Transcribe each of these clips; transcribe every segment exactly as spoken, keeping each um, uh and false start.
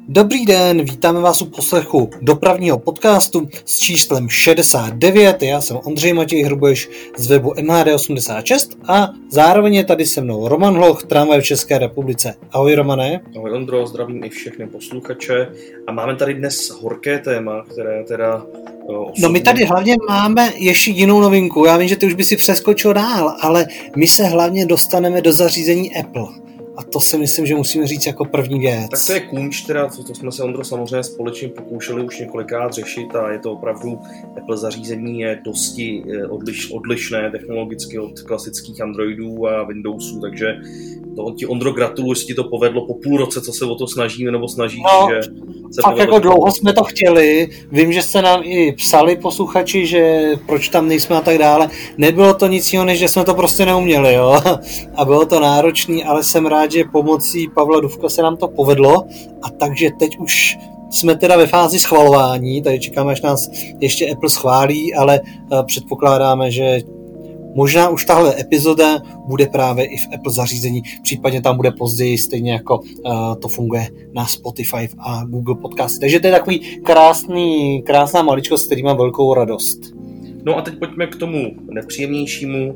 Dobrý den, vítáme vás u poslechu dopravního podcastu s číslem šedesát devět. Já jsem Ondřej Matěj Hrubeš z webu M H D osmdesát šest a zároveň je tady se mnou Roman Hloch, Tramvaj v České republice. Ahoj Romane. Ahoj Ondro, zdravím i všechny posluchače a máme tady dnes horké téma, které teda osobně... No my tady hlavně máme ještě jinou novinku. Já vím, že ty už by si přeskočil dál, ale my se hlavně dostaneme do zařízení Apple. A to si myslím, že musíme říct jako první věc. Tak to je kůň, teda, to, to jsme se, Ondro, samozřejmě společně pokoušeli už několikrát řešit a je to opravdu, Apple zařízení je dosti odliš, odlišné technologicky od klasických Androidů a Windowsů, takže to ti, Ondro, gratuluji, že ti to povedlo po půl roce, co se o to snažíme nebo snažíš. No, že se fakt jako dlouho jsme to chtěli, vím, že jste nám i psali posluchači, že proč tam nejsme a tak dále. Nebylo to nic jiného, než že jsme to prostě neuměli, jo. A bylo to náročný, ale jsem rád, že pomocí Pavla Dufka se nám to povedlo a takže teď už jsme teda ve fázi schvalování, tady čekáme, až nás ještě Apple schválí, ale předpokládáme, že možná už tahle epizoda bude právě i v Apple zařízení, případně tam bude později, stejně jako uh, to funguje na Spotify a Google Podcasty. Takže to je takový krásný, krásná maličkost, s který mám velkou radost. No a teď pojďme k tomu nepříjemnějšímu.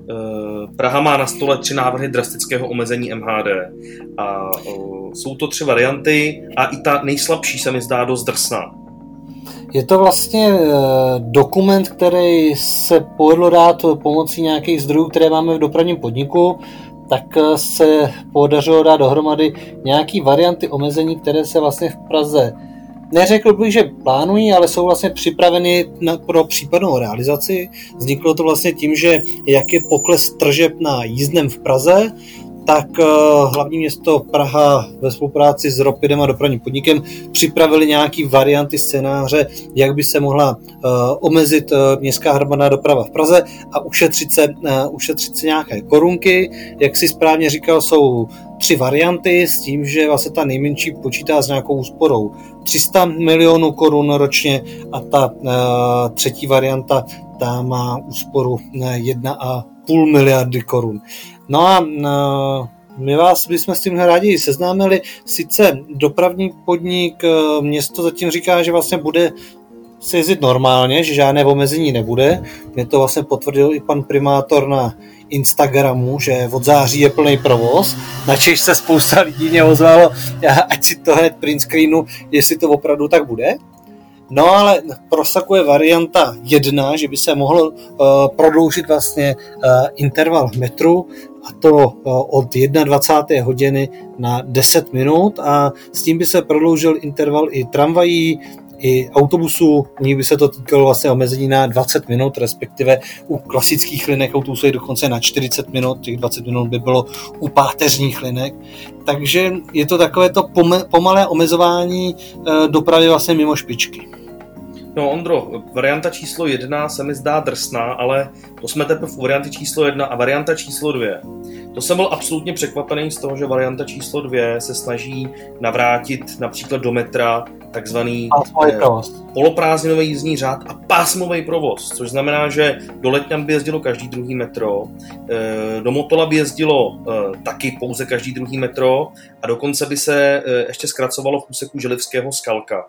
Praha má na stole tři návrhy drastického omezení M H D. A jsou to tři varianty a i ta nejslabší se mi zdá dost drsná. Je to vlastně dokument, který se povedlo dát pomocí nějakých zdrojů, které máme v dopravním podniku, tak se podařilo dát dohromady nějaký varianty omezení, které se vlastně v Praze neřekl bych, že plánují, ale jsou vlastně připraveny na, pro případnou realizaci. Vzniklo to vlastně tím, že jak je pokles tržeb na jízdném v Praze, tak uh, hlavní město Praha ve spolupráci s Ropidem a dopravním podnikem připravili nějaký varianty scénáře, jak by se mohla uh, omezit uh, městská hromadná doprava v Praze a ušetřit se, uh, ušetřit se nějaké korunky. Jak si správně říkal, jsou tři varianty s tím, že vlastně ta nejmenší počítá s nějakou úsporou tři sta milionů korun ročně a ta uh, třetí varianta ta má úsporu jedna a půl miliardy korun. No a uh, my vás bychom s tím rádi seznámili. Sice dopravní podnik město zatím říká, že vlastně bude se jezdit normálně, že žádné omezení nebude. Mě to vlastně potvrdil i pan primátor na Instagramu, že od září je plný provoz, načež se spousta lidí mě ozvalo, ať si to hned print screenu, jestli to opravdu tak bude. No ale prosakuje varianta jedna, že by se mohl uh, prodloužit vlastně uh, interval v metru a to uh, od dvacáté jedné hodiny na deset minut a s tím by se prodloužil interval i tramvají, i autobusů, u nich by se to týkalo vlastně omezení na dvacet minut, respektive u klasických linek autobusů je dokonce na čtyřicet minut, těch dvacet minut by bylo u páteřních linek. Takže je to takové to pomalé omezování uh, dopravy vlastně mimo špičky. No Ondro, varianta číslo jedna se mi zdá drsná, ale to jsme teprve v varianty číslo jedna a varianta číslo dvě. To jsem byl absolutně překvapený z toho, že varianta číslo dvě se snaží navrátit například do metra takzvaný eh, poloprázdninový jízdní řád a pásmový provoz, což znamená, že do Letňan by jezdilo každý druhý metro, eh, do Motola by jezdilo eh, taky pouze každý druhý metro a dokonce by se eh, ještě zkracovalo v úseku Želivského Skalka.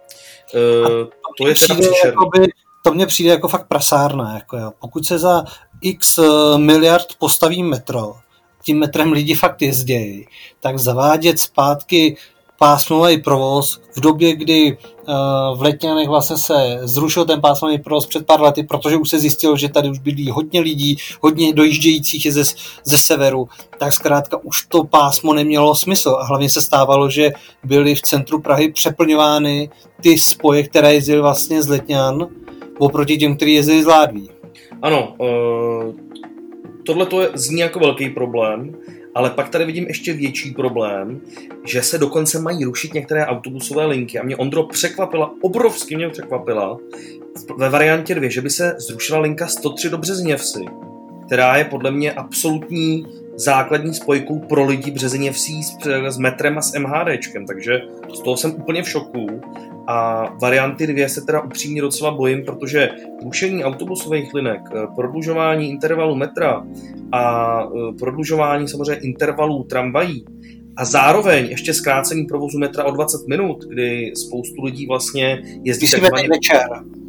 Uh, to je teda jakoby, to mně přijde jako fakt prasárna. Jako jo. Pokud se za x miliard postaví metro, tím metrem lidi fakt jezdějí, tak zavádět zpátky pásmový provoz v době, kdy uh, v Letňanech vlastně se zrušil ten pásmový provoz před pár lety, protože už se zjistilo, že tady už bydlí hodně lidí, hodně dojíždějících je ze, ze severu, tak zkrátka už to pásmo nemělo smysl a hlavně se stávalo, že byly v centru Prahy přeplňovány ty spoje, které jezdily vlastně z Letňan oproti těm, kteří jezdili z Ládví. Ano, uh, tohle to je zní jako velký problém. Ale pak tady vidím ještě větší problém, že se dokonce mají rušit některé autobusové linky. A mě, Ondro, překvapila, obrovsky mě překvapila ve variantě dvě, že by se zrušila linka sto tři do Březiněvsi, která je podle mě absolutní základní spojkou pro lidi Březiněvsí s, s metrem a s MHDčkem. Takže z toho jsem úplně v šoku. A varianty dvě se teda upřímně docela bojím, protože rušení autobusových linek, prodlužování intervalu metra a prodlužování samozřejmě intervalů tramvají a zároveň ještě zkrácení provozu metra o dvacet minut, kdy spoustu lidí vlastně jezdí takzvaně večer.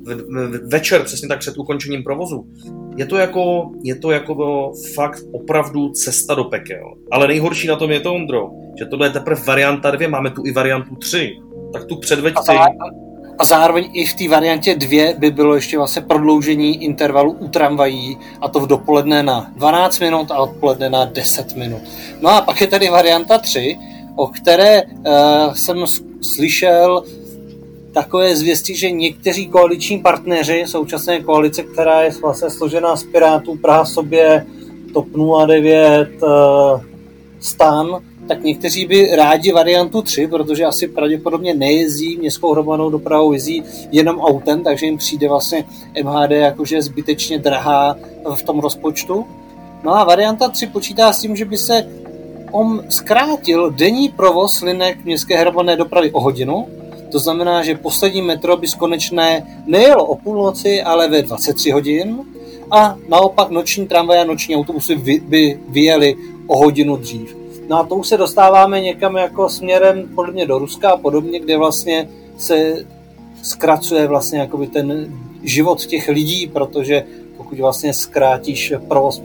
večer, přesně tak před ukončením provozu. Je to jako, je to jako fakt opravdu cesta do pekel. Ale nejhorší na tom je to, Ondro, že tohle je teprve varianta dvě, máme tu i variantu tři. Tak tu předveď ty. A zároveň i v té variantě dvě by bylo ještě vlastně prodloužení intervalu u tramvají, a to v dopoledne na dvanáct minut a odpoledne na deset minut. No a pak je tady varianta tři, o které uh, jsem slyšel takové zvěsti, že někteří koaliční partneři současné koalice, která je vlastně složená z Pirátů, Praha sobě, T O P nula devět, uh, STAN, tak někteří by rádi variantu tři, protože asi pravděpodobně nejezdí městskou hromadnou dopravou, jezdí jenom autem, takže jim přijde vlastně M H D jakože zbytečně drahá v tom rozpočtu. No a varianta tři počítá s tím, že by se on zkrátil denní provoz linek městské hromadné dopravy o hodinu. To znamená, že poslední metro by z Konečné nejelo o půlnoci, ale ve dvacet tři hodin a naopak noční tramvaje a noční autobusy by vyjeli o hodinu dřív. No a to už se dostáváme někam jako směrem podle mě do Ruska a podobně, kde vlastně se zkracuje vlastně jakoby ten život těch lidí, protože pokud vlastně zkrátíš provoz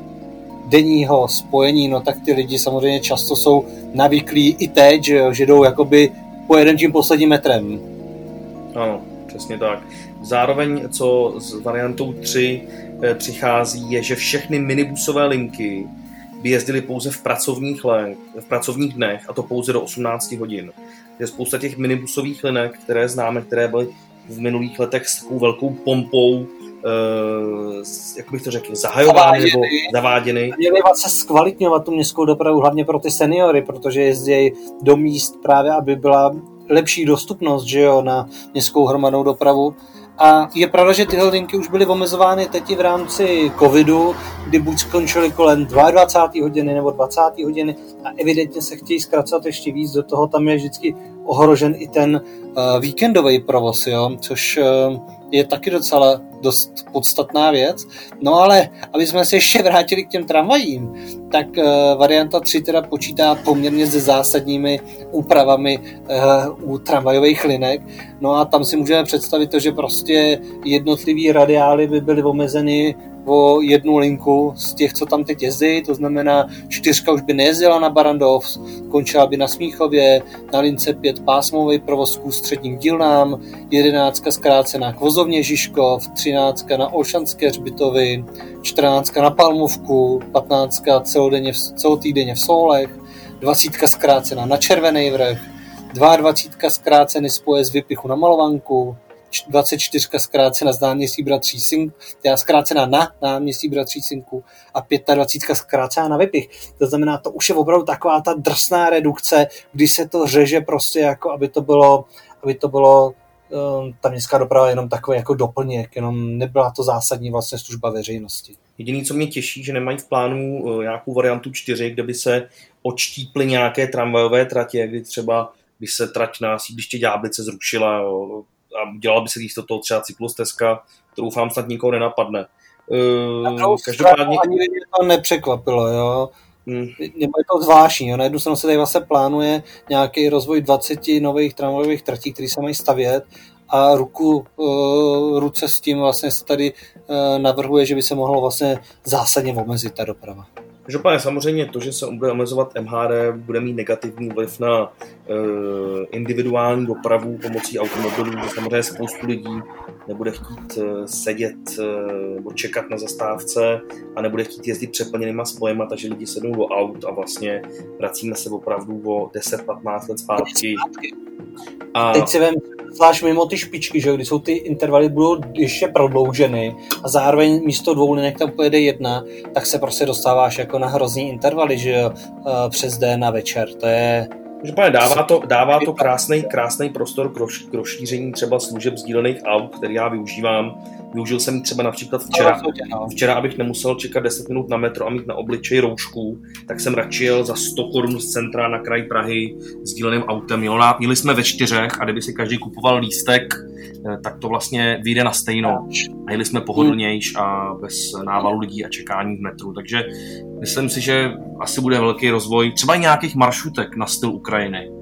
denního spojení, no tak ty lidi samozřejmě často jsou navyklí i teď, že, že jdou jakoby pojedem tím posledním metrem. Ano, přesně tak. Zároveň, co s variantou tři e, přichází, je, že všechny minibusové linky by jezdili pouze v pracovních, len, v pracovních dnech, a to pouze do osmnáct hodin. Je spousta těch minibusových linek, které známe, které byly v minulých letech s takovou velkou pompou, Uh, jak bych to řekl, zahajovány nebo zaváděny. Měli vlastně zkvalitňovat tu městskou dopravu, hlavně pro ty seniory, protože jezdí do míst právě, aby byla lepší dostupnost, že jo, na městskou hromadnou dopravu. A je pravda, že tyhle linky už byly omezovány teď i v rámci covidu, kdy buď skončily kolem dvacáté druhé hodiny nebo dvacáté hodiny a evidentně se chtějí zkracovat ještě víc, do toho tam je vždycky ohrožen i ten uh, víkendový provoz, jo, což uh, je taky docela dost podstatná věc. No ale, aby jsme se ještě vrátili k těm tramvajím, tak uh, varianta tři teda počítá poměrně se zásadními úpravami uh, u tramvajových linek. No a tam si můžeme představit to, že prostě jednotlivý radiály by byly omezeny o jednu linku z těch, co tam teď jezdí, to znamená čtyřka už by nejezdila na Barandov, končila by na Smíchově, na lince pět pásmový provoz k ústředním dílnám, jedenáctka zkrácená k vozovně Žižkov, třináctka na Olšanské hřbitovy, čtrnáctka na Palmovku, patnáctka celodenně, celotýdenně v Soulech, dvacítka zkrácená na Červený Vrch, dvacítka zkrácený spoje z Vypichu na Malovanku, dvacet čtyři zkrácena z náměstí Bratří Sink, teda zkrácena na náměstí Bratří Sinku a dvacet pět zkrácena na Vypich. To znamená, to už je opravdu taková ta drsná redukce, kdy se to řeže prostě jako, aby to bylo, aby to bylo um, ta městská doprava jenom takový jako doplněk, jenom nebyla to zásadní vlastně služba veřejnosti. Jediné, co mě těší, že nemají v plánu uh, nějakou variantu čtyři, kde by se odštíply nějaké tramvajové tratě, kdy třeba by se trať na sídliště Ďáblice zrušila, jo, a dělala by se místo toho třeba cyklostezka, to doufám snad nikoho nenapadne. Uh, každopádně ani mě to nepřekvapilo, jo. Hmm. Nebo je to zvláštní, jo. Na jednu stranu se tady vlastně plánuje nějaký rozvoj dvacet nových tramvajových tratí, které se mají stavět, a ruku, uh, ruce s tím vlastně se tady uh, navrhuje, že by se mohlo vlastně zásadně omezit ta doprava. Každopádně samozřejmě to, že se bude omezovat M H D, bude mít negativní vliv na uh, individuální dopravu pomocí automobilů, že samozřejmě spoustu lidí nebude chtít uh, sedět uh, nebo čekat na zastávce a nebude chtít jezdit přeplněnýma spojema, takže lidi sednou do aut a vlastně vracíme se opravdu o deset patnáct let zpátky. A teď si vem, zvlášť mimo ty špičky, že kdy jsou ty intervaly budou ještě prodlouženy a zároveň místo dvou linek tam pojede jedna, tak se prostě dostáváš jako na hrozný intervaly, že jo, přes den a večer. To je... Dává to, dává to krásný, krásný prostor k rozšíření třeba služeb sdílených aut, který já využívám. Využil jsem třeba například včera, včera, abych nemusel čekat deset minut na metro a mít na obličeji roušku, tak jsem radši jel za sto korun z centra na kraj Prahy sdíleným autem. Měli jsme ve čtyřech a kdyby si každý kupoval lístek, tak to vlastně vyjde na stejno. A jeli jsme pohodlnějš a bez návalu lidí a čekání v metru. Takže myslím si, že asi bude velký rozvoj třeba i nějakých maršrutek na styl Ukrajiny.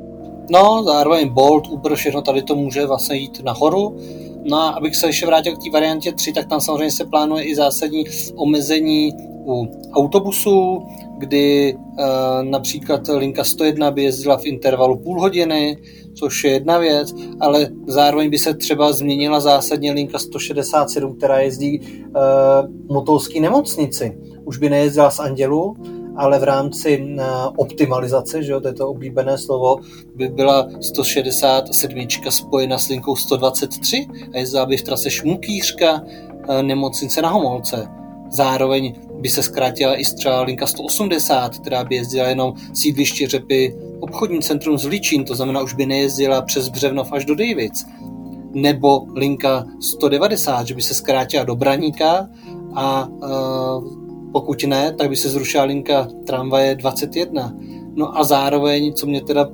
No, zároveň Bolt, Uber, všechno tady to může vlastně jít nahoru. No a abych se ještě vrátil k té variantě tři, tak tam samozřejmě se plánuje i zásadní omezení u autobusů, kdy e, například linka sto jedna by jezdila v intervalu půl hodiny, což je jedna věc, ale zároveň by se třeba změnila zásadně linka sto šedesát sedm, která jezdí e, motolský nemocnici. Už by nejezdila z Andělu, ale v rámci optimalizace, že jo, to je to oblíbené slovo, by byla sto šedesát sedm spojena s linkou sto dvacet tři a jezdila by v trase Šmukýřka, nemocnice na Homolce. Zároveň by se zkrátila i třeba linka sto osmdesát, která by jezdila jenom sídliště Řepy, obchodní centrum Zličín, to znamená, už by nejezdila přes Břevnov až do Dejvic. Nebo linka sto devadesát, že by se zkrátila do Braníka a uh, pokud ne, tak by se zrušila linka tramvaje dvacet jedna. No a zároveň, co mě teda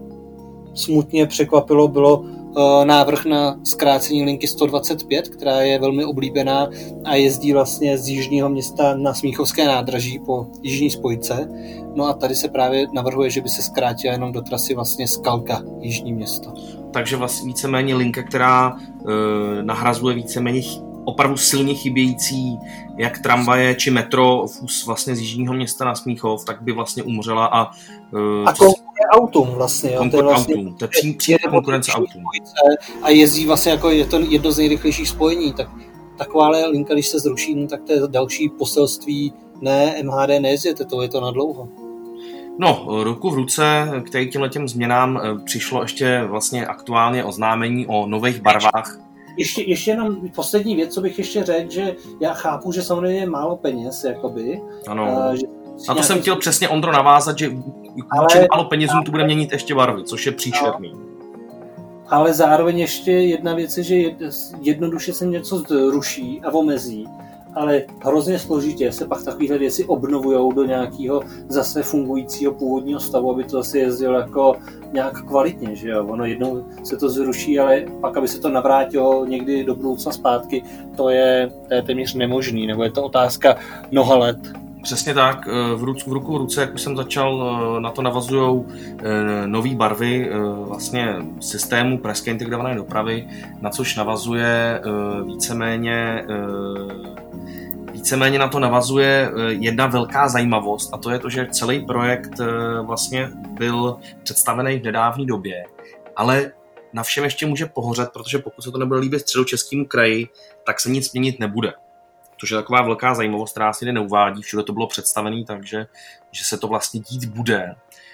smutně překvapilo, bylo uh, návrh na zkrácení linky sto dvacet pět, která je velmi oblíbená a jezdí vlastně z jižního města na Smíchovské nádraží po jižní spojce. No a tady se právě navrhuje, že by se zkrátila jenom do trasy vlastně Skalka, jižní město. Takže vlastně víceméně linka, která uh, nahrazuje víceméně opravdu silně chybějící jak tramvaje či metro vlastně z jižního města na Smíchov, tak by vlastně umřela a... Uh, a konkuruje autům vlastně. Jo? Konkur- to je vlastně autům. To je přím, přím konkurence autům. A jezdí vlastně jako je to jedno z nejrychlejších spojení. Tak takováhle linka, když se zruší, no, tak to je další poselství. Ne, M H D nejezděte, to je to na dlouho. No, ruku v ruce k těmhletěm změnám přišlo ještě vlastně aktuálně oznámení o nových barvách. Ještě, ještě jenom poslední věc, co bych ještě řekl, že já chápu, že samozřejmě je málo peněz, jakoby. Ano, a, že na to jsem chtěl přesně, Ondro, navázat, že ale málo penězům tu bude měnit ještě barvy, což je příšerný. No, ale zároveň ještě jedna věc je, že jednoduše se něco zruší a omezí, ale hrozně složitě se pak takovéhle věci obnovujou do nějakého zase fungujícího původního stavu, aby to zase jezdilo jako nějak kvalitně, že jo. Ono jednou se to zruší, ale pak, aby se to navrátilo někdy do budoucna zpátky, to je, to je téměř nemožný, nebo je to otázka mnoha let. Přesně tak, v, ruku, v ruku v ruce, jak už jsem začal, na to navazujou nové barvy vlastně systému pražské integrované dopravy, na což navazuje víceméně Víceméně na to navazuje jedna velká zajímavost a to je to, že celý projekt vlastně byl představený v nedávné době, ale na všem ještě může pohořet, protože pokud se to nebude líbit Středočeskému kraji, tak se nic měnit nebude. Což je taková velká zajímavost, která si neuvádí, všude to bylo představené, takže že se to vlastně dít bude.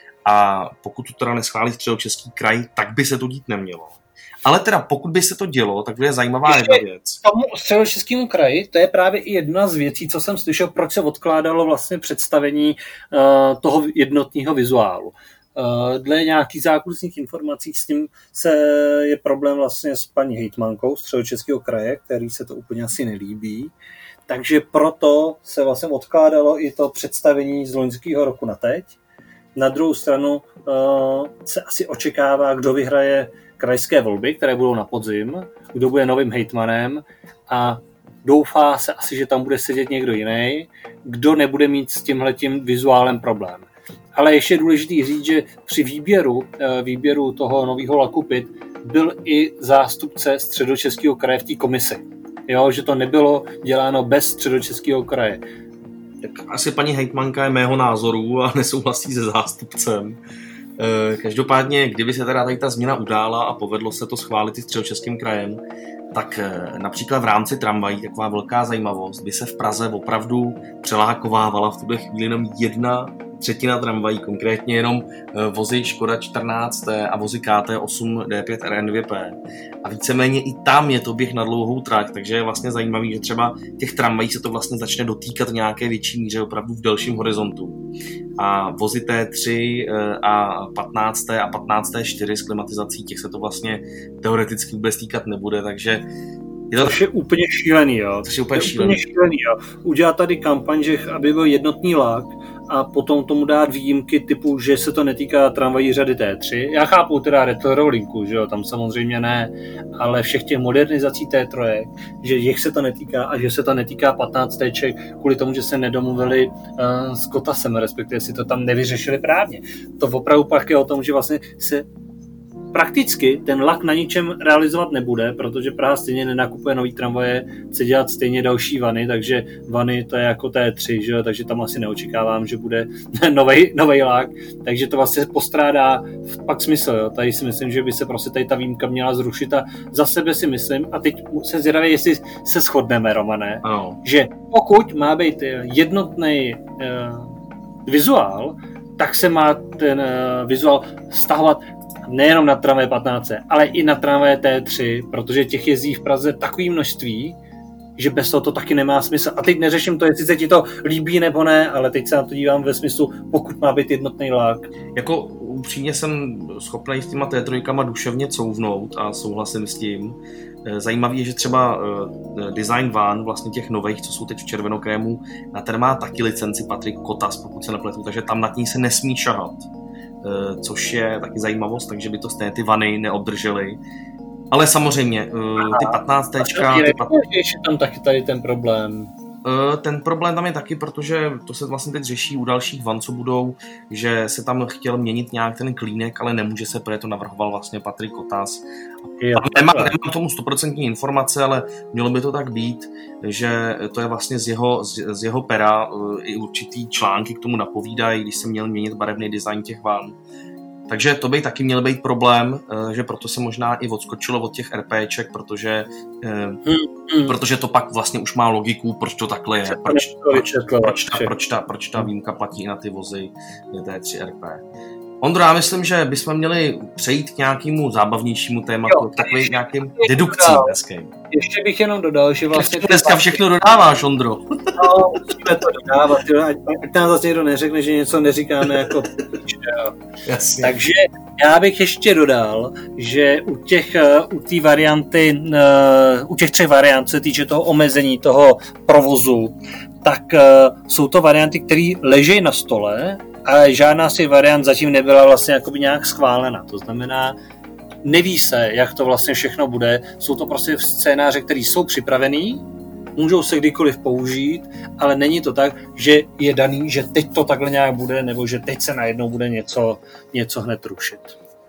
A pokud to teda neschválí Středočeský kraj, tak by se to dít nemělo. Ale teda pokud by se to dělo, tak bude zajímavá jedna věc. K tomu Středočeskému kraji, to je právě i jedna z věcí, co jsem slyšel, proč se odkládalo vlastně představení uh, toho jednotného vizuálu. Uh, dle nějakých zákulisních informací s tím se je problém vlastně s paní hejtmankou Středočeského kraje, který se to úplně asi nelíbí. Takže proto se vlastně odkládalo i to představení z loňského roku na teď. Na druhou stranu uh, se asi očekává, kdo vyhraje krajské volby, které budou na podzim, kdo bude novým hejtmanem a doufá se asi, že tam bude sedět někdo jiný, kdo nebude mít s tímhletím vizuálem problém. Ale ještě je důležité říct, že při výběru, výběru toho nového Lakupit byl i zástupce Středočeského kraje v té komisi. Jo, že to nebylo děláno bez Středočeského kraje. Tak asi paní hejtmanka je mého názoru a nesouhlasí se zástupcem. Každopádně, kdyby se teda tady ta změna udála a povedlo se to schválit i Středočeským krajem, tak například v rámci tramvají, taková velká zajímavost, by se v Praze opravdu přelákovávala v tuhle chvíli jenom jedna třetina tramvají, konkrétně jenom vozy Škoda čtrnáct a vozy K T osm D pět R N dvě P. A víceméně i tam je to běh na dlouhou trať, takže je vlastně zajímavý, že třeba těch tramvají se to vlastně začne dotýkat v nějaké větší míře opravdu v delším horizontu. A vozy T tři a patnáct a patnáct čtyři s klimatizací, těch se to vlastně teoreticky vůbec týkat nebude, takže je to, to je úplně šílený, jo. To je úplně, to je úplně šílený, jo. Udělat tady kampaň, že aby byl jednotný vlak a potom tomu dát výjimky typu, že se to netýká tramvají řady T tři. Já chápu teda retrolinku, že jo, tam samozřejmě ne, ale všech těch modernizací T tři, že jich se to netýká a že se to netýká patnáct téček kvůli tomu, že se nedomluvili uh, s Kotasem, respektive si to tam nevyřešili právně. To opravdu pak je o tom, že vlastně se prakticky ten lak na ničem realizovat nebude, protože Praha stejně nenakupuje nový tramvaje, chce dělat stejně další vany, takže vany to je jako T tři, že jo? Takže tam asi neočekávám, že bude novej, novej lak, takže to vlastně postrádá pak smysl. Jo? Tady si myslím, že by se prostě tady ta výjimka měla zrušit a za sebe si myslím, a teď se zvědavě, jestli se shodneme, Romane, ano. Že pokud má být jednotný uh, vizuál, tak se má ten uh, vizuál stahovat nejenom na tramvaje patnáct, ale i na tramvaje T tři, protože těch jezdí v Praze takové množství, že bez toho to taky nemá smysl. A teď neřeším to, jestli se ti to líbí nebo ne, ale teď se na to dívám ve smyslu, pokud má být jednotný lák. Jako upřímně jsem schopný s těma T tři duševně couvnout a souhlasím s tím. Zajímavý je, že třeba design van, vlastně těch nových, co jsou teď v červenokrému, na ten má taky licenci Patrik Kotas, pokud se nepletu, takže tam nad ní se nesmí šahat. Což je taky zajímavost, takže by to stejně ty vany neobdržely. Ale samozřejmě, ty patnáct téčka... Ty pat... je tam taky tady ten problém. Ten problém tam je taky, protože to se vlastně teď řeší u dalších van, co budou, že se tam chtěl měnit nějak ten klínek, ale nemůže se, protože to navrhoval vlastně Patrik Kotas. Nemám, nemám tomu stoprocentní informace, ale mělo by to tak být, že to je vlastně z jeho, z, z jeho pera, i určitý články k tomu napovídají, když se měl měnit barevný design těch van. Takže to by taky měl být problém, že proto se možná i odskočilo od těch RPček, protože, hmm, hmm. protože to pak vlastně už má logiku, proč to takhle je, proč, proč, proč, ta, proč, ta, proč ta výjimka platí i na ty vozy T tři R P. Ondro, já myslím, že bychom měli přejít k nějakému zábavnějšímu tématu, k takovým nějakým dedukcím dneska. Ještě bych jenom dodal, že vlastně... Dneska všechno dodáváš, Ondro. No, musíme to dodávat, ať nám zase někdo neřekne, že něco neříkáme jako... Jasně. Takže já bych ještě dodal, že u těch, u té varianty, u těch třech variant, se týče toho omezení toho provozu, tak jsou to varianty, které leží na stole, ale žádná z těch variant zatím nebyla vlastně jakoby nějak schválena. To znamená, neví se, jak to vlastně všechno bude. Jsou to prostě scénáře, které jsou připravený, můžou se kdykoliv použít, ale není to tak, že je daný, že teď to takhle nějak bude, nebo že teď se najednou bude něco, něco hned rušit.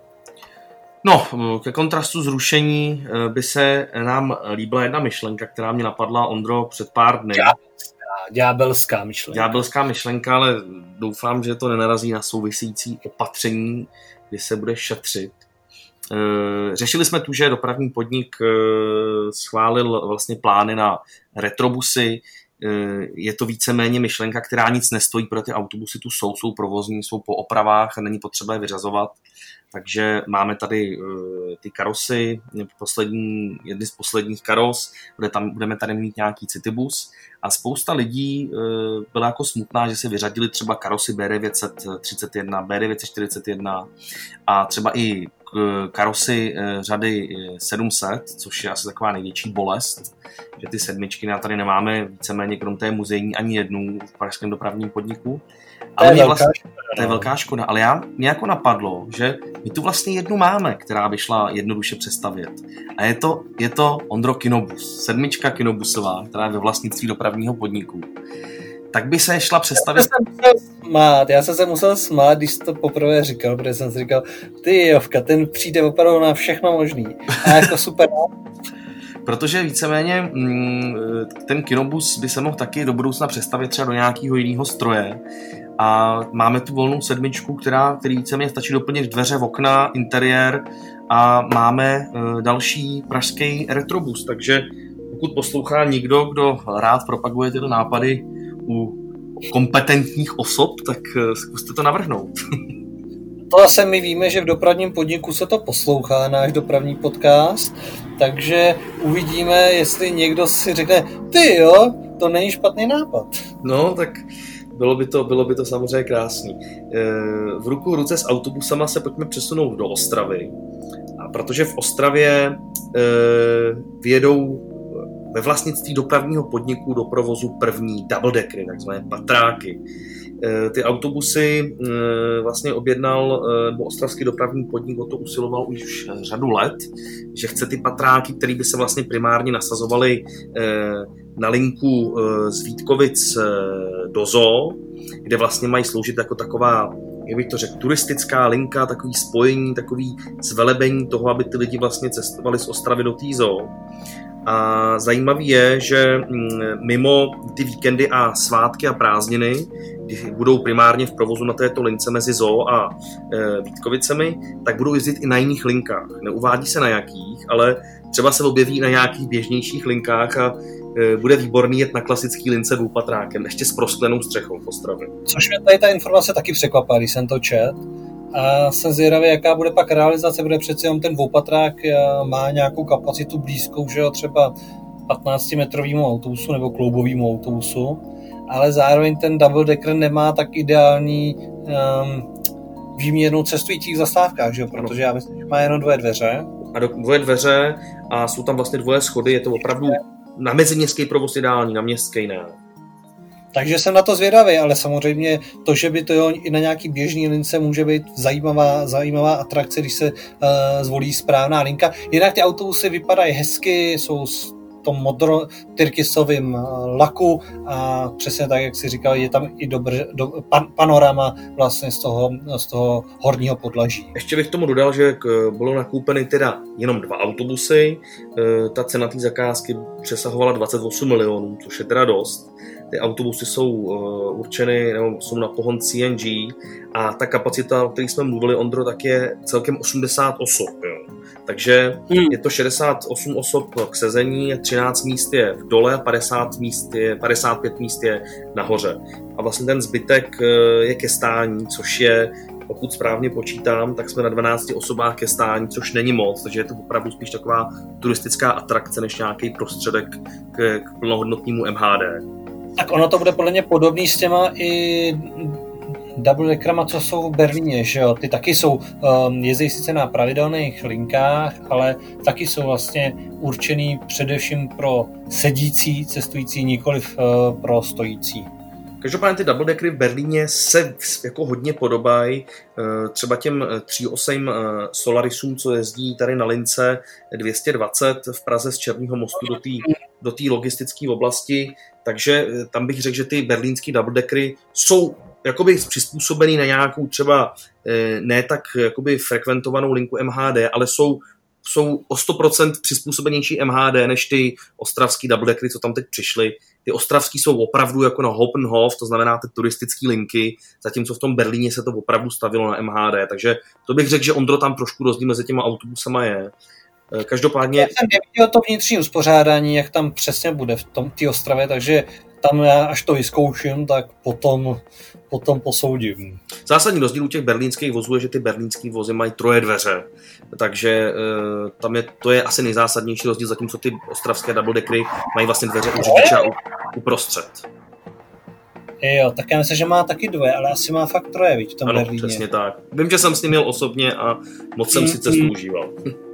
No, ke kontrastu zrušení by se nám líbila jedna myšlenka, která mě napadla, Ondro, před pár dny. Ďábelská myšlenka. Ďábelská myšlenka, ale doufám, že to nenarazí na související opatření, kdy se bude šetřit. Řešili jsme tu, že dopravní podnik schválil vlastně plány na retrobusy. Je to víceméně myšlenka, která nic nestojí, protože ty autobusy tu jsou, jsou provozní, jsou po opravách a není potřeba je vyřazovat. Takže máme tady uh, ty karosy, poslední, jedny z posledních karos, bude tam, budeme tady mít nějaký citybus a spousta lidí uh, byla jako smutná, že se vyřadili třeba karosy B devět set třicet jedna, B devět set čtyřicet jedna a třeba i uh, karosy uh, řady sedm set, což je asi taková největší bolest, že ty sedmičky na tady nemáme víceméně krom té muzejní ani jednu v pražském dopravním podniku. Ale to je, vlastně, škoda, to je velká škoda, ale já, mě jako napadlo, že my tu vlastně jednu máme, která by šla jednoduše přestavět. A je to, je to Ondro Kinobus, sedmička kinobusová, která je ve vlastnictví dopravního podniku. Tak by se šla přestavět... Já jsem se musel smát, já jsem se musel smát, když jsi to poprvé říkal, protože jsem si říkal, ty Jovka, ten přijde opravdu na všechno možný. A jako super. Protože víceméně ten kinobus by se mohl taky do budoucna přestavět třeba do nějakého jiného stroje. A máme tu volnou sedmičku, která, který víceméně stačí doplnit dveře, okna, interiér a máme další pražský retrobus. Takže pokud poslouchá někdo, kdo rád propaguje tyto nápady u kompetentních osob, tak zkuste to navrhnout. To zase my víme, že v dopravním podniku se to poslouchá, náš dopravní podcast, takže uvidíme, jestli někdo si řekne, ty jo, to není špatný nápad. No, tak bylo by to, bylo by to samozřejmě krásný. V ruku v ruce s autobusama se pojďme přesunout do Ostravy, a protože v Ostravě vyjedou ve vlastnictví dopravního podniku do provozu první double deckery, takzvané patráky. Ty autobusy vlastně objednal, nebo ostravský dopravní podnik o to usiloval už řadu let, že chce ty patráky, které by se vlastně primárně nasazovaly na linku z Vítkovic do Zoo, kde vlastně mají sloužit jako taková, jak bych to řekl, turistická linka, takový spojení, takový zvelebení toho, aby ty lidi vlastně cestovali z Ostravy do té Zoo. A zajímavý je, že mimo ty víkendy a svátky a prázdniny, kdy budou primárně v provozu na této lince mezi Zoo a e, Vítkovicemi, tak budou jezdit i na jiných linkách. Neuvádí se na jakých, ale třeba se objeví na nějakých běžnějších linkách a e, bude výborný jet na klasický lince dvoupatrákem, ještě s prosklenou střechou v Ostravě. Což mě tady ta informace taky překvapila, když jsem to čet. A jsem zvědavý, jaká bude pak realizace, bude přeci jenom ten dvoupatrák má nějakou kapacitu blízkou, že jo, třeba patnáctimetrovému autobusu nebo kloubovému autobusu, ale zároveň ten double decker nemá tak ideální um, výměrnou cestujících v zastávkách, že jo, protože já myslím, že má jenom dvoje dveře. A do, dvoje dveře a jsou tam vlastně dvoje schody, je to opravdu na meziměstský provoz ideální, na městský ne. Takže jsem na to zvědavý, ale samozřejmě to, že by to jo, i na nějaký běžný lince může být zajímavá, zajímavá atrakce, když se uh, zvolí správná linka. Jinak ty autobusy vypadají hezky, jsou s tom modro-tyrkysovým laku a přesně tak, jak si říkal, je tam i dobře, do, pan, panorama vlastně z toho, z toho horního podlaží. Ještě bych tomu dodal, že bylo nakoupeny teda jenom dva autobusy, ta cena té zakázky přesahovala dvacet osm milionů, což je teda dost. Ty autobusy jsou uh, určeny, nebo jsou na pohon C N G a ta kapacita, o které jsme mluvili, Ondro, tak je celkem osmdesát osob. Jo. Takže hmm. je to šedesát osm osob k sezení, třináct míst je v dole a padesát, míst je, padesát pět míst je nahoře. A vlastně ten zbytek uh, je ke stání, což je, pokud správně počítám, tak jsme na dvanácti osobách ke stání, což není moc, takže je to opravdu spíš taková turistická atrakce, než nějaký prostředek k, k plnohodnotnému M H D. Tak ono to bude podle mě podobný s těma i double deckerama, co jsou v Berlíně, že jo? Ty taky jsou, um, jezdí sice na pravidelných linkách, ale taky jsou vlastně určený především pro sedící cestující, nikoliv uh, pro stojící. Každopádně ty double deckery v Berlíně se jako hodně podobají třeba těm tříosým Solarisům, co jezdí tady na lince dvě stě dvacet v Praze z Černého mostu do té do té logistické oblasti, takže tam bych řekl, že ty berlínský double deckery jsou jakoby přizpůsobený na nějakou třeba ne tak jakoby frekventovanou linku M H D, ale jsou jsou o sto procent přizpůsobenější M H D než ty ostravský double deckery, co tam teď přišly. Ty ostravský jsou opravdu jako na Hoppenhof, to znamená ty turistické linky, zatímco v tom Berlíně se to opravdu stavilo na M H D, takže to bych řekl, že Ondro tam trošku rozdíl mezi těma autobusama je. Každopádně... Já jsem neviděl to vnitřní uspořádání, jak tam přesně bude v tom té Ostravě, takže tam já, až to vyzkouším, tak potom, potom posoudím. Zásadní rozdíl u těch berlínských vozů je, že ty berlínský vozy mají troje dveře, takže e, tam je, to je asi nejzásadnější rozdíl, zatímco ty ostravské double deckery mají vlastně dveře u řidiče a uprostřed. Jo, tak já myslím, že má taky dvoje, ale asi má fakt troje, víš, v tom ano, Berlíně. Přesně tak. Vím, že jsem s ním měl osobně a moc jsem mm, si cestu mm. užíval.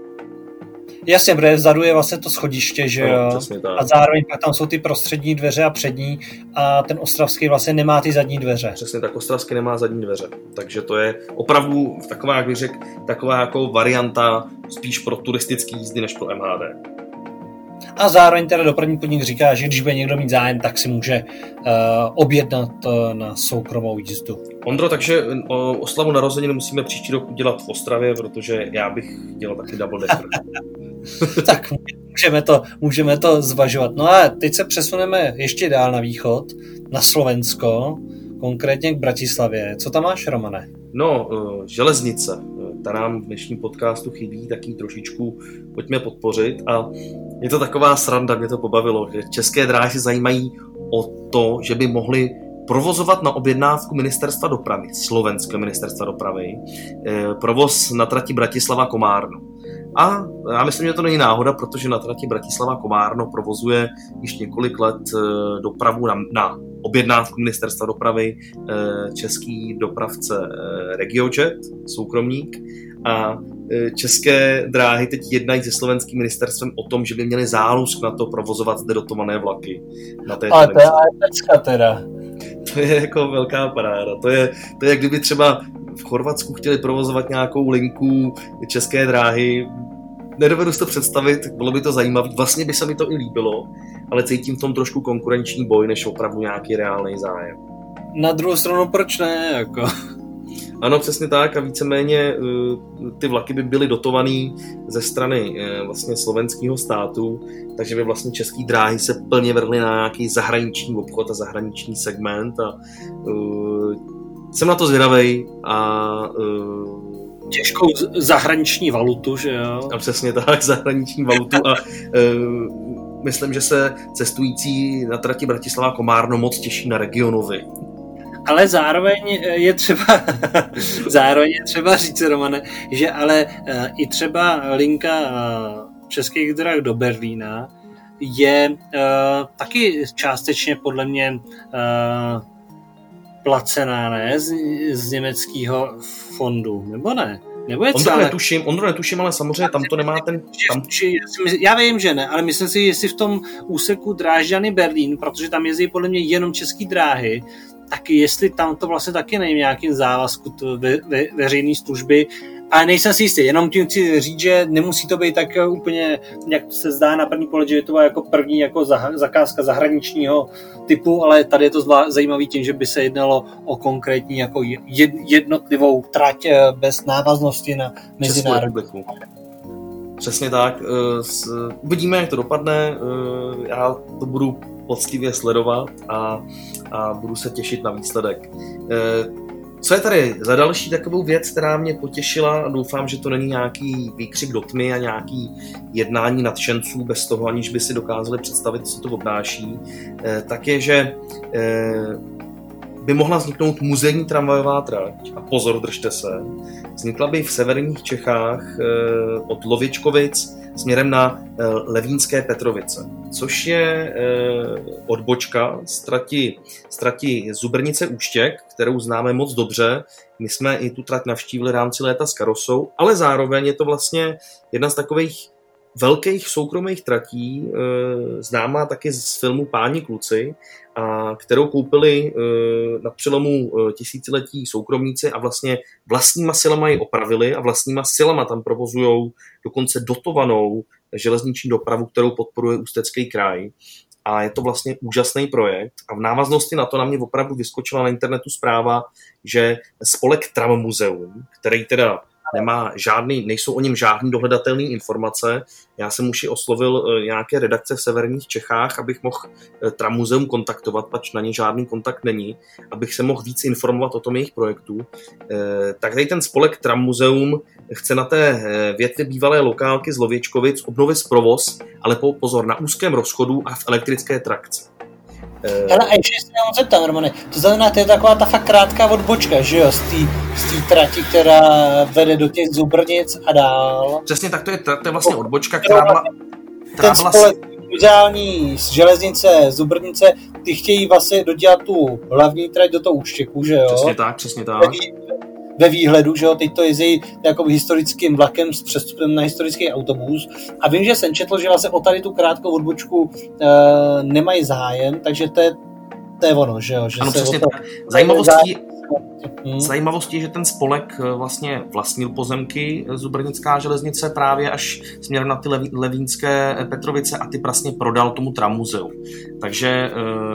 Jasně, protože vzadu je vlastně to schodiště, že jo, no, a zároveň pak tam jsou ty prostřední dveře a přední a ten ostravský vlastně nemá ty zadní dveře. Přesně tak, ostravský nemá zadní dveře, takže to je opravdu taková, jak bych řekl, taková jako varianta spíš pro turistický jízdy než pro M H D. A zároveň teda dopravní podnik říká, že když bude někdo mít zájem, tak si může uh, objednat uh, na soukromou jízdu. Ondro, takže o oslavu narozenin musíme příští rok udělat v Ostravě, protože já bych dělal taky double decker. Tak můžeme to, můžeme to zvažovat. No a teď se přesuneme ještě dál na východ, na Slovensko, konkrétně k Bratislavě. Co tam máš, Romane? No, uh, železnice. Ta nám v dnešním podcastu chybí, tak ji trošičku pojďme podpořit a je to taková sranda, mě to pobavilo, že České dráhy se zajímají o to, že by mohli provozovat na objednávku ministerstva dopravy, slovenského ministerstva dopravy, provoz na trati Bratislava-Komárno. A já myslím, že to není náhoda, protože na trati Bratislava-Komárno provozuje již několik let dopravu na, na objednávku ministerstva dopravy český dopravce RegioJet, soukromník, a České dráhy teď jednají se slovenským ministerstvem o tom, že by měli zálusk na to provozovat zde dotované vlaky. Na té ale to je pecka teda. To je jako velká paráda. To je, to je jak kdyby třeba v Chorvatsku chtěli provozovat nějakou linku České dráhy. Nedovedu si to představit, bylo by to zajímavé. Vlastně by se mi to i líbilo, ale cítím v tom trošku konkurenční boj, než opravdu nějaký reálný zájem. Na druhou stranu proč ne? Jako... Ano, přesně tak a víceméně ty vlaky by byly dotovaný ze strany vlastně slovenského státu, takže by vlastně České dráhy se plně vrhly na nějaký zahraniční obchod a zahraniční segment a uh, jsem na to zvědavej a uh, těžkou zahraniční valutu, že jo? A přesně tak, zahraniční valutu a uh, myslím, že se cestující na trati Bratislava-Komárno moc těší na regionovi. Ale zároveň je třeba zároveň je třeba říct, Romane, že ale uh, i třeba linka uh, Českých drah do Berlína je uh, taky částečně podle mě uh, placená, ne? Z, z německého fondu, nebo ne? Nebo je Ondro celé... netuším, Ondro netuším, ale samozřejmě tam to nemá ten... Tam... Já vím, že ne, ale myslím si, jestli v tom úseku Drážďany Berlín, protože tam jezdí podle mě jenom České dráhy, tak jestli tam to vlastně taky není nějakým závazku to ve, ve, veřejné služby, ale nejsem si jistý, jenom tím chci říct, že nemusí to být tak úplně, jak se zdá na první pohled, že je to jako první jako zakázka zahraničního typu, ale tady je to zvlá, zajímavý tím, že by se jednalo o konkrétní jako jednotlivou trať bez návaznosti na mezinárodní. Přesně tak. Uvidíme, jak to dopadne. Já to budu poctivě sledovat a, a budu se těšit na výsledek. Co je tady za další takovou věc, která mě potěšila a doufám, že to není nějaký výkřik do tmy a nějaký jednání nadšenců bez toho, aniž by si dokázali představit, co to obnáší, tak je, že by mohla vzniknout muzejní tramvajová trať. A pozor, držte se. Vznikla by v severních Čechách od Lověčkovic směrem na Levínské Petrovice, což je odbočka z trati, z trati Zubrnice Úštěk, kterou známe moc dobře. My jsme i tu trať navštívili v rámci léta s karosou, ale zároveň je to vlastně jedna z takových velkých soukromých tratí, známá taky z filmu Páni kluci, a kterou koupili na přelomu tisíciletí soukromníci a vlastně vlastníma silama ji opravili a vlastníma silama tam provozujou dokonce dotovanou železniční dopravu, kterou podporuje Ústecký kraj. A je to vlastně úžasný projekt. A v návaznosti na to na mě opravdu vyskočila na internetu zpráva, že spolek Tram Muzeum, který teda nemá žádný, nejsou o něm žádný dohledatelné informace. Já jsem už i oslovil nějaké redakce v severních Čechách, abych mohl Tram Muzeum kontaktovat, pač na ně žádný kontakt není, abych se mohl víc informovat o tom jejich projektu. Tak tady ten spolek Tram Muzeum chce na té větvi bývalé lokálky z Lověčkovic obnovit provoz, ale pozor, na úzkém rozchodu a v elektrické trakci. Ale a ještě se nám zeptám, Romane, to znamená, to je taková ta fakt krátká odbočka, že jo, z té trati, která vede do těch Zubrnic a dál. Přesně tak, to je, to je vlastně odbočka, která byla... Která ten spolek ideální z železnice Zubrnice, ty chtějí vlastně dodělat tu hlavní trať do toho Úštěku, že jo? Přesně tak, přesně tak. Ve výhledu, že jo, teď to jezdí jako historickým vlakem s přestupem na historický autobus a vím, že jsem četl, že vlastně o tady tu krátkou odbočku e, nemají zájem, takže to je, to je ono, že jo. Že ano, se přesně to, tak. Zajímavostí, hmm. zajímavostí, že ten spolek vlastně vlastnil pozemky Zubrnická železnice právě až směrem na ty Leví, Levínské Petrovice a ty vlastně prodal tomu Tram Muzeu. Takže e,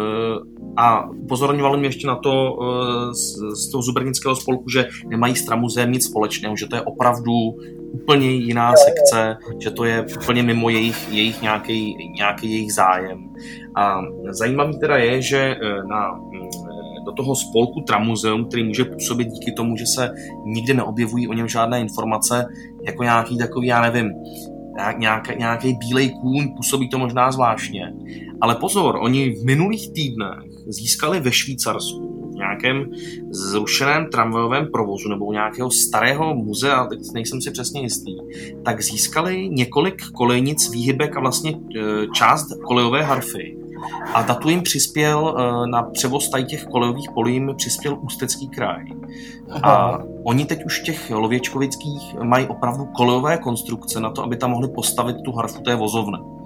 a upozorňovalo mě ještě na to z, z toho zubrnického spolku, že nemají s Tramuzeem nic společného, že to je opravdu úplně jiná sekce, že to je úplně mimo jejich, jejich nějaký, nějaký jejich zájem. A zajímavý teda je, že na, do toho spolku Tramuzeum, který může působit díky tomu, že se nikdy neobjevují o něm žádné informace, jako nějaký takový, já nevím, nějaký, nějaký bílej kůň, působí to možná zvláštně. Ale pozor, oni v minulých týdnech získali ve Švýcarsku v nějakém zrušeném tramvajovém provozu nebo nějakého starého muzea, teď nejsem si přesně jistý, tak získali několik kolejnic, výhybek a vlastně část kolejové harfy. A na to jim přispěl, na převoz tady těch kolejových polí jim přispěl Ústecký kraj. A oni teď už těch Lověčkovických mají opravdu kolejové konstrukce na to, aby tam mohli postavit tu harfu té vozovny.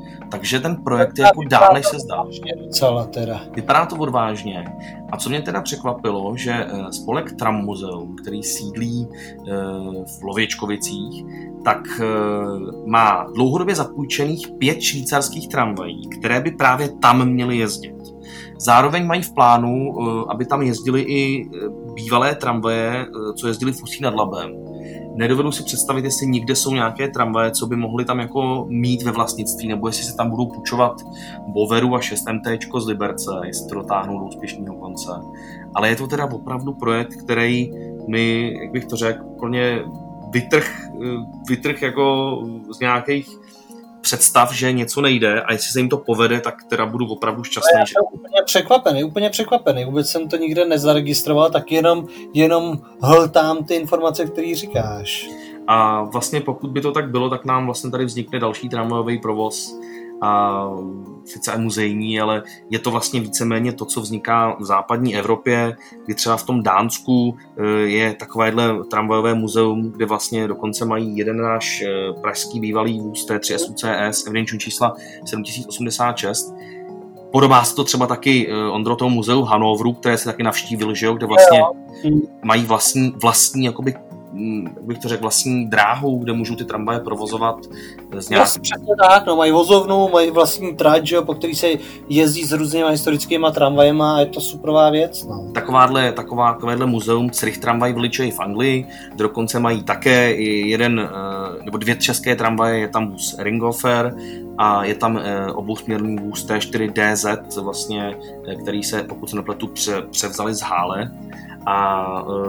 Takže ten projekt je jako dál, než se zdá. Docela teda. Vypadá to odvážně. A co mě teda překvapilo, že spolek Tram Muzeum, který sídlí v Lověčkovicích, tak má dlouhodobě zapůjčených pět švýcarských tramvají, které by právě tam měly jezdit. Zároveň mají v plánu, aby tam jezdily i bývalé tramvaje, co jezdily v Ústí nad Labem. Nedovedu si představit, jestli někde jsou nějaké tramvaje, co by mohly tam jako mít ve vlastnictví, nebo jestli se tam budou půjčovat Boveru a šest M T z Liberce, jestli to dotáhnou do úspěšného konce. Ale je to teda opravdu projekt, který mi, jak bych to řekl, úplně vytrh, vytrh jako z nějakých představ, že něco nejde a jestli se jim to povede, tak teda budu opravdu šťastný. Já jsem úplně překvapený, úplně překvapený. Vůbec jsem to nikde nezaregistroval, tak jenom, jenom hltám ty informace, které říkáš. A vlastně pokud by to tak bylo, tak nám vlastně tady vznikne další tramvajový provoz. A sice muzejní, ale je to vlastně víceméně to, co vzniká v západní Evropě, kdy třeba v tom Dánsku je takovéhle tramvajové muzeum, kde vlastně dokonce mají jeden náš pražský bývalý vůz T tři S U C S evidenční čísla sedm tisíc osmdesát šest. Podobá se to třeba taky Ondro tomu muzeu Hanovru, které se taky navštívil, že jo, kde vlastně mají vlastní, vlastní jakoby, jak bych to řekl, vlastní dráhu, kde můžou ty tramvaje provozovat z nějak... Yes, přesně tak, no, mají vozovnu, mají vlastní trať, že jo, po který se jezdí s různýma historickýma tramvajema a je to superová věc. No. Takováhle, taková, takovéhle muzeum Zürich Tramvaj Village v Anglii, dokonce mají také jeden, nebo dvě české tramvaje, je tam vůz Ringhofer a je tam obousměrný vůz T čtyři D Z, vlastně, který se, pokud se nepletu, pře, převzali z Hále a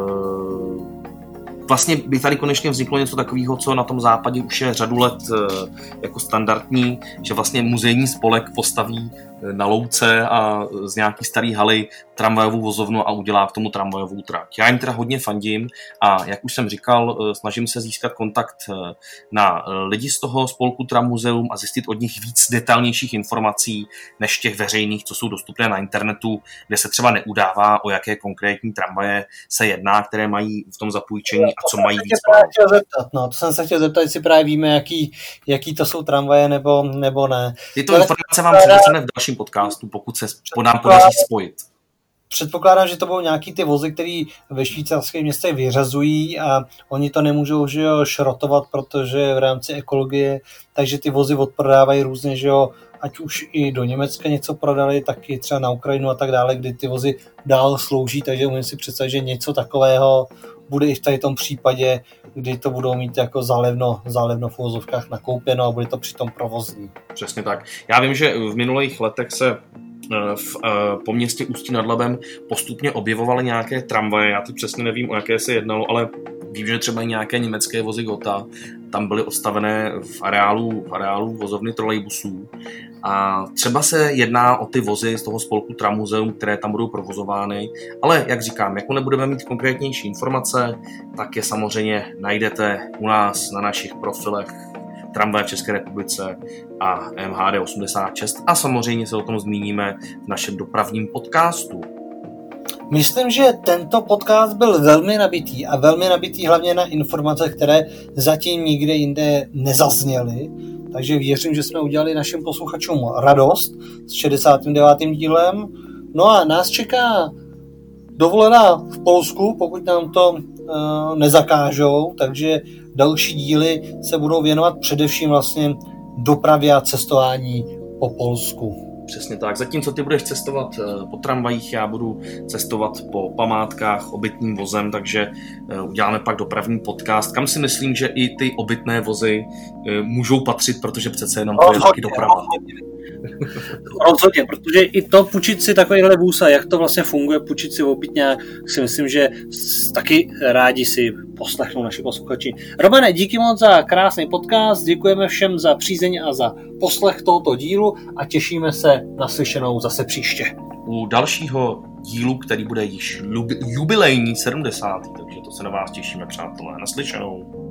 vlastně by tady konečně vzniklo něco takového, co na tom západě už je řadu let jako standardní, že vlastně muzejní spolek postaví na louce a z nějaký starý haly tramvajovou vozovnu a udělá k tomu tramvajovou trať. Já jim teda hodně fandím a jak už jsem říkal, snažím se získat kontakt na lidi z toho spolku Tram Muzeum a zjistit od nich víc detailnějších informací než těch veřejných, co jsou dostupné na internetu, kde se třeba neudává, o jaké konkrétní tramvaje se jedná, které mají v tom zapůjčení a co mají víc plánu. No, to jsem se chtěl zeptat, jestli právě víme, jaký, jaký to jsou tramvaje nebo, nebo ne. Tyto informace vám předáme v dalším podcastu, pokud se nám podaří spojit. Předpokládám, že to budou nějaký ty vozy, které ve švýcarských městech vyřazují a oni to nemůžou, že jo, šrotovat, protože v rámci ekologie, takže ty vozy odprodávají různě, že jo, ať už i do Německa něco prodali, tak i třeba na Ukrajinu a tak dále, kdy ty vozy dál slouží, takže umím si představit, že něco takového bude i v tady tom případě, kdy to budou mít jako zálevno, zálevno v vozovkách nakoupeno a bude to přitom provozní. Přesně tak. Já vím, že v minulých letech se v, po městě Ústí nad Labem postupně objevovaly nějaké tramvaje, já teď přesně nevím, o jaké se jednalo, ale vím, že třeba i nějaké německé vozy Gotha tam byly odstavené v areálu, v areálu vozovny trolejbusů a třeba se jedná o ty vozy z toho spolku Tram Muzeum, které tam budou provozovány, ale jak říkám, jako nebudeme mít konkrétnější informace, tak je samozřejmě najdete u nás na našich profilech Tramvaje v České republice a M H D osmdesát šest a samozřejmě se o tom zmíníme v našem dopravním podcastu. Myslím, že tento podcast byl velmi nabitý a velmi nabitý hlavně na informace, které zatím nikde jinde nezazněly. Takže věřím, že jsme udělali našim posluchačům radost s šedesátým devátým dílem. No a nás čeká dovolená v Polsku, pokud nám to uh, nezakážou, takže další díly se budou věnovat především vlastně dopravě a cestování po Polsku. Přesně tak. Zatímco ty budeš cestovat po tramvajích, já budu cestovat po památkách obytným vozem, takže uděláme pak dopravní podcast, kam si myslím, že i ty obytné vozy můžou patřit, protože přece jenom to je taky doprava. Rozhodně, protože i to půjčit si takovýhle vůz a jak to vlastně funguje, půjčit si obytňák, si myslím, že taky rádi si poslechnou naši posluchači. Romane, díky moc za krásný podcast, děkujeme všem za přízeň a za poslech tohoto dílu a těšíme se na slyšenou zase příště. U dalšího dílu, který bude již jubilejní sedmdesátý takže to se na vás těšíme, přátelé. Naslyšenou.